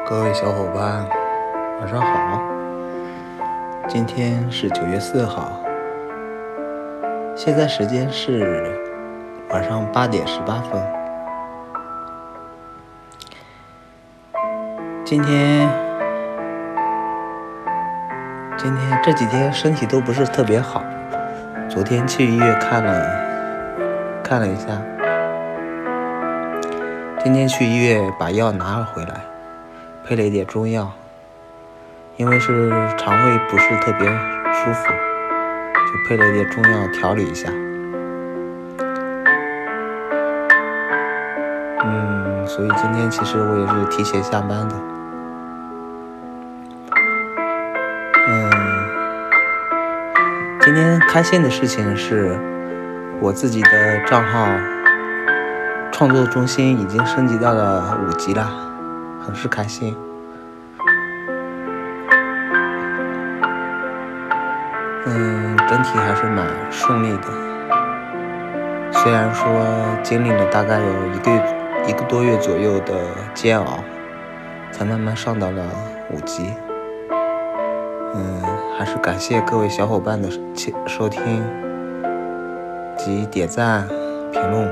各位小伙伴，晚上好。今天是9月4号，现在时间是晚上8点18分。今天这几天身体都不是特别好，昨天去医院看了一下，今天去医院把药拿了回来，配了一点中药，因为是肠胃不是特别舒服，就配了一点中药调理一下。所以今天其实我也是提前下班的。今天开心的事情是我自己的账号创作中心已经升级到了5级了，很是开心。整体还是蛮顺利的，虽然说经历了大概有一个多月左右的煎熬，才慢慢上到了5级。还是感谢各位小伙伴的收听及点赞评论。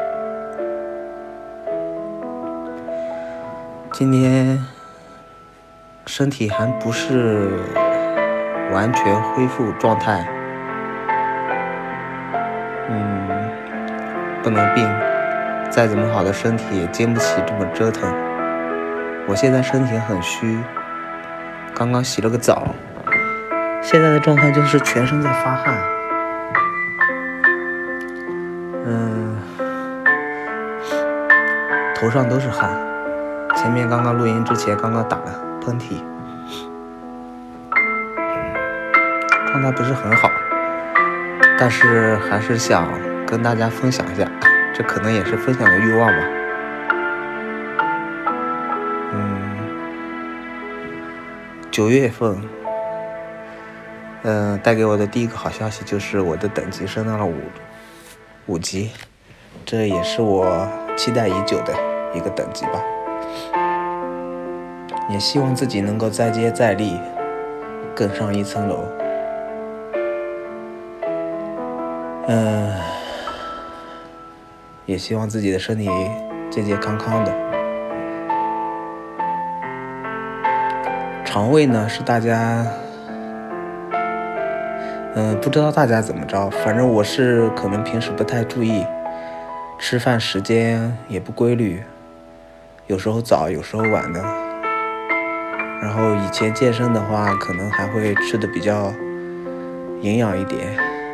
今天身体还不是完全恢复状态，不能病，再怎么好的身体也经不起这么折腾。我现在身体很虚，刚刚洗了个澡，现在的状态就是全身在发汗。头上都是汗，前面刚刚录音之前刚刚打了喷嚏，状态不是很好，但是还是想跟大家分享一下，这可能也是分享的欲望吧。9月份带给我的第一个好消息就是我的等级升到了5级，这也是我期待已久的一个等级吧。也希望自己能够再接再厉，更上一层楼。也希望自己的身体健健康康的。肠胃呢是大家不知道大家怎么着，反正我是可能平时不太注意，吃饭时间也不规律，有时候早有时候晚的。然后以前健身的话可能还会吃的比较营养一点。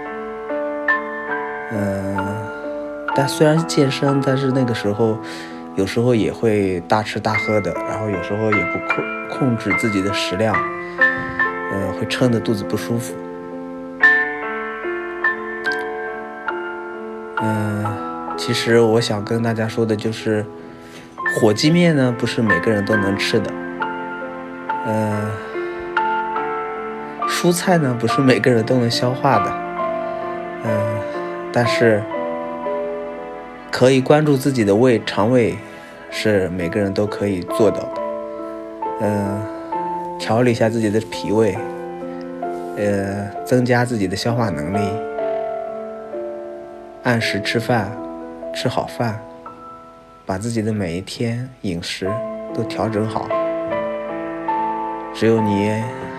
但虽然健身，但是那个时候有时候也会大吃大喝的，然后有时候也不控制自己的食量，会撑得肚子不舒服。其实我想跟大家说的就是火鸡面呢不是每个人都能吃的，蔬菜呢不是每个人都能消化的，但是可以关注自己的肠胃是每个人都可以做到的。调理一下自己的脾胃，增加自己的消化能力，按时吃饭，吃好饭，把自己的每一天饮食都调整好。只有你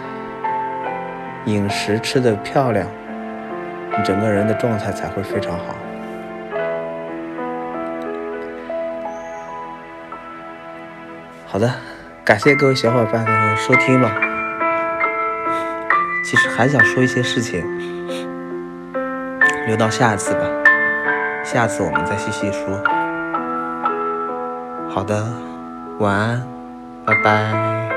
饮食吃得漂亮，你整个人的状态才会非常好。好的，感谢各位小伙伴的收听吧。其实还想说一些事情，留到下次吧，下次我们再细细说。好的，晚安，拜拜。